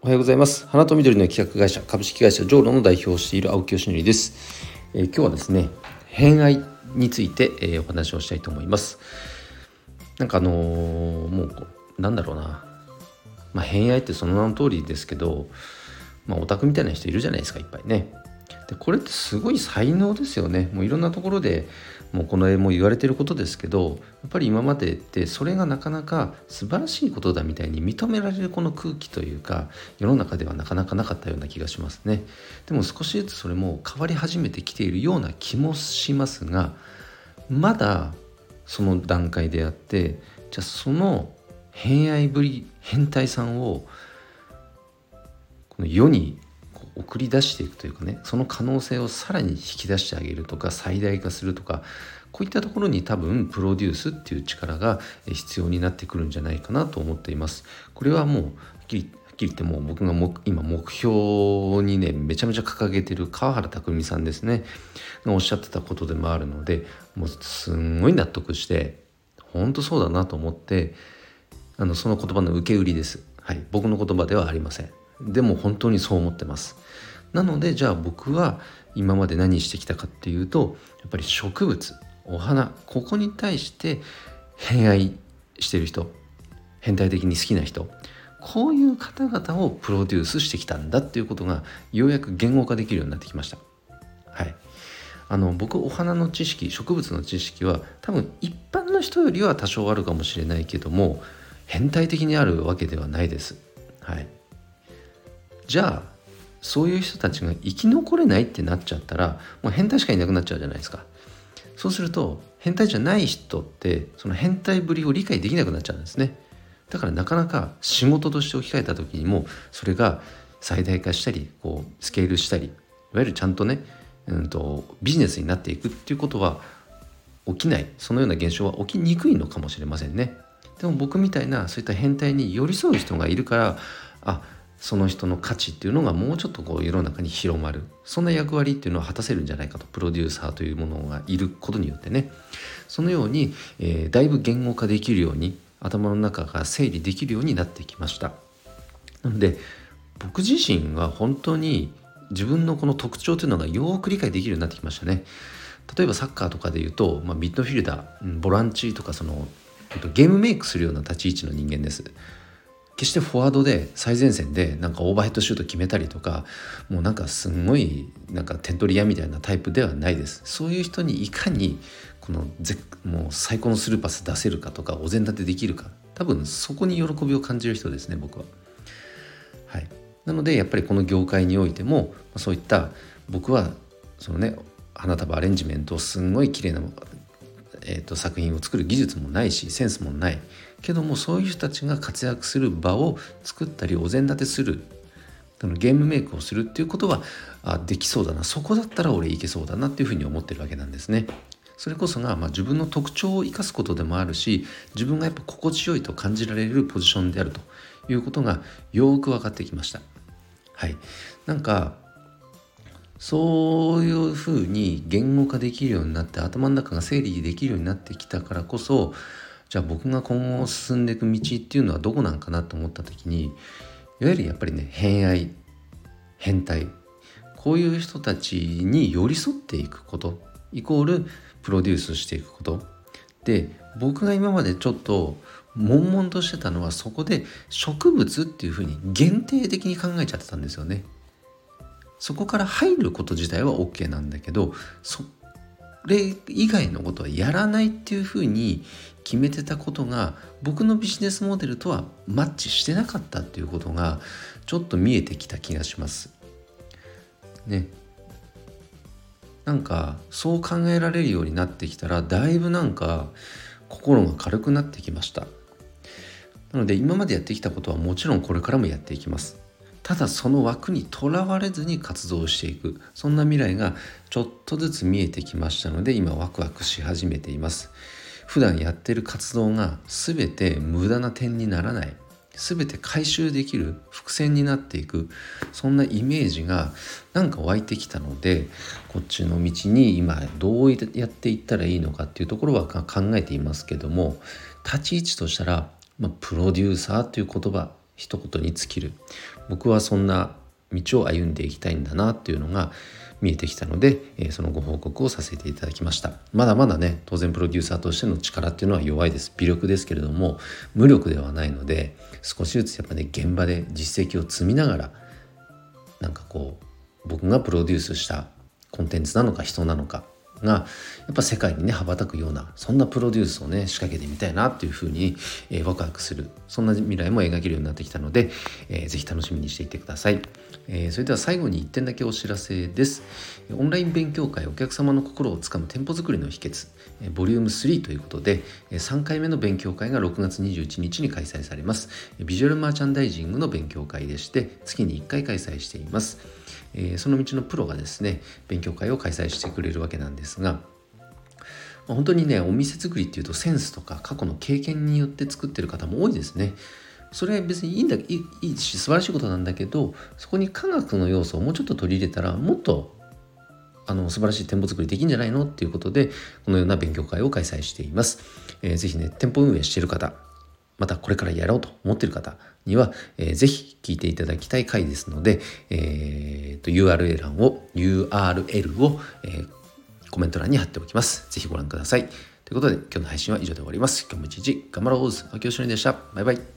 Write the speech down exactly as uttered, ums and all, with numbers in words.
おはようございます。花と緑の企画会社株式会社ジョーロの代表をしている青木よしのりです。えー、今日はですね偏愛について、えー、お話をしたいと思います。なんかあのー、もうなんだろうな、まあ、偏愛ってその名の通りですけど、まあ、オタクみたいな人いるじゃないですか、いっぱいね。でこれってすごい才能ですよね。もういろんなところでもうこの絵も言われてることですけど、やっぱり今までってそれがなかなか素晴らしいことだみたいに認められるこの空気というか、世の中ではなかなかなかったような気がしますね。でも少しずつそれも変わり始めてきているような気もしますが、まだその段階であって、じゃあその偏愛ぶり変態さんをこの世に送り出していくというかね、その可能性をさらに引き出してあげるとか最大化するとか、こういったところに多分プロデュースっていう力が必要になってくるんじゃないかなと思っています。これはもうはっきりはっきり言ってもう僕がも今目標にねめちゃめちゃ掲げてる川原拓海さんですねがおっしゃってたことでもあるので、もうすんごい納得して本当そうだなと思って、あのその言葉の受け売りです。はい、僕の言葉ではありません。でも本当にそう思ってます。なのでじゃあ僕は今まで何してきたかっていうと、やっぱり植物、お花、ここに対して偏愛してる人、変態的に好きな人、こういう方々をプロデュースしてきたんだっていうことがようやく言語化できるようになってきました。はい、あの僕お花の知識、植物の知識は多分一般の人よりは多少あるかもしれないけども、変態的にあるわけではないです。はい、じゃあそういう人たちが生き残れないってなっちゃったら、もう変態しかいなくなっちゃうじゃないですか。そうすると変態じゃない人ってその変態ぶりを理解できなくなっちゃうんですね。だからなかなか仕事として置き換えた時にもそれが最大化したり、こうスケールしたり、いわゆるちゃんとね、うんとビジネスになっていくっていうことは起きない、そのような現象は起きにくいのかもしれませんね。でも僕みたいなそういった変態に寄り添う人がいるから、あ、その人の価値っていうのがもうちょっとこう世の中に広まる、そんな役割っていうのを果たせるんじゃないかと、プロデューサーというものがいることによってね、そのように、えー、だいぶ言語化できるように、頭の中が整理できるようになってきました。なので僕自身は本当に自分のこの特徴というのがよく理解できるようになってきましたね。例えばサッカーとかでいうと、まあ、ミッドフィルダー、ボランチとか、そのゲームメイクするような立ち位置の人間です。決してフォワードで最前線でなんかオーバーヘッドシュート決めたりとか、もうなんかすごいなんか点取り屋みたいなタイプではないです。そういう人にいかにこのぜもう最高のスルーパス出せるかとか、お膳立てできるか、多分そこに喜びを感じる人ですね、僕は。はい、なのでやっぱりこの業界においてもそういった僕はそのね花束アレンジメントをすんごい綺麗な、えー、と作品を作る技術もないしセンスもないけども、そういう人たちが活躍する場を作ったりお膳立てする、ゲームメイクをするっていうことはあできそうだな、そこだったら俺いけそうだなっていうふうに思ってるわけなんですね。それこそが、まあ、自分の特徴を生かすことでもあるし、自分がやっぱ心地よいと感じられるポジションであるということがよく分かってきました。はい、なんかそういうふうに言語化できるようになって、頭の中が整理できるようになってきたからこそ、じゃあ僕が今後進んでいく道っていうのはどこなんかなと思った時に、いわゆるやっぱりね、偏愛、変態、こういう人たちに寄り添っていくことイコールプロデュースしていくことで、僕が今までちょっと悶々としてたのは、そこで植物っていうふうに限定的に考えちゃってたんですよね。そこから入ること自体は OK なんだけど、それ以外のことはやらないっていうふうに決めてたことが、僕のビジネスモデルとはマッチしてなかったっていうことがちょっと見えてきた気がしますね。なんかそう考えられるようになってきたら、だいぶなんか心が軽くなってきました。なので今までやってきたことはもちろんこれからもやっていきます。ただその枠にとらわれずに活動していく、そんな未来がちょっとずつ見えてきましたので、今ワクワクし始めています。普段やってる活動が全て無駄な点にならない、全て回収できる伏線になっていく、そんなイメージがなんか湧いてきたので、こっちの道に今どうやっていったらいいのかっていうところは考えていますけども、立ち位置としたら、まあ、プロデューサーという言葉一言に尽きる。 僕はそんな道を歩んでいきたいんだなっていうのが見えてきたので、えー、そのご報告をさせていただきました。まだまだね、当然プロデューサーとしての力っていうのは弱いです。微力ですけれども無力ではないので、少しずつやっぱね現場で実績を積みながら、なんかこう僕がプロデュースしたコンテンツなのか人なのかがやっぱ世界にね羽ばたくような、そんなプロデュースをね仕掛けてみたいなっていうふうに、えー、ワクワクする、そんな未来も描けるようになってきたので、えー、ぜひ楽しみにしていてください。えー、それでは最後にいってんだけお知らせです。オンライン勉強会お客様の心をつかむ店舗作りの秘訣ボリュームスリーということで、さんかいめの勉強会がろくがつにじゅういちにちに開催されます。ビジュアルマーチャンダイジングの勉強会でして、月にいっかい開催しています。えー、その道のプロがですね勉強会を開催してくれるわけなんですが、本当にねお店作りっていうとセンスとか過去の経験によって作ってる方も多いですね。それ別にいいんだいいいいし素晴らしいことなんだけど、そこに科学の要素をもうちょっと取り入れたらもっとあの素晴らしい店舗作りできるんじゃないのっていうことで、このような勉強会を開催しています。えー、ぜひね店舗運営している方、またこれからやろうと思っている方には、えー、ぜひ聞いていただきたい回ですので、えー、と ユーアールエル 欄を ユーアールエル を、えー、コメント欄に貼っておきます。ぜひご覧ください。ということで今日の配信は以上で終わります。今日も一日頑張ろう。秋吉でした。バイバイ。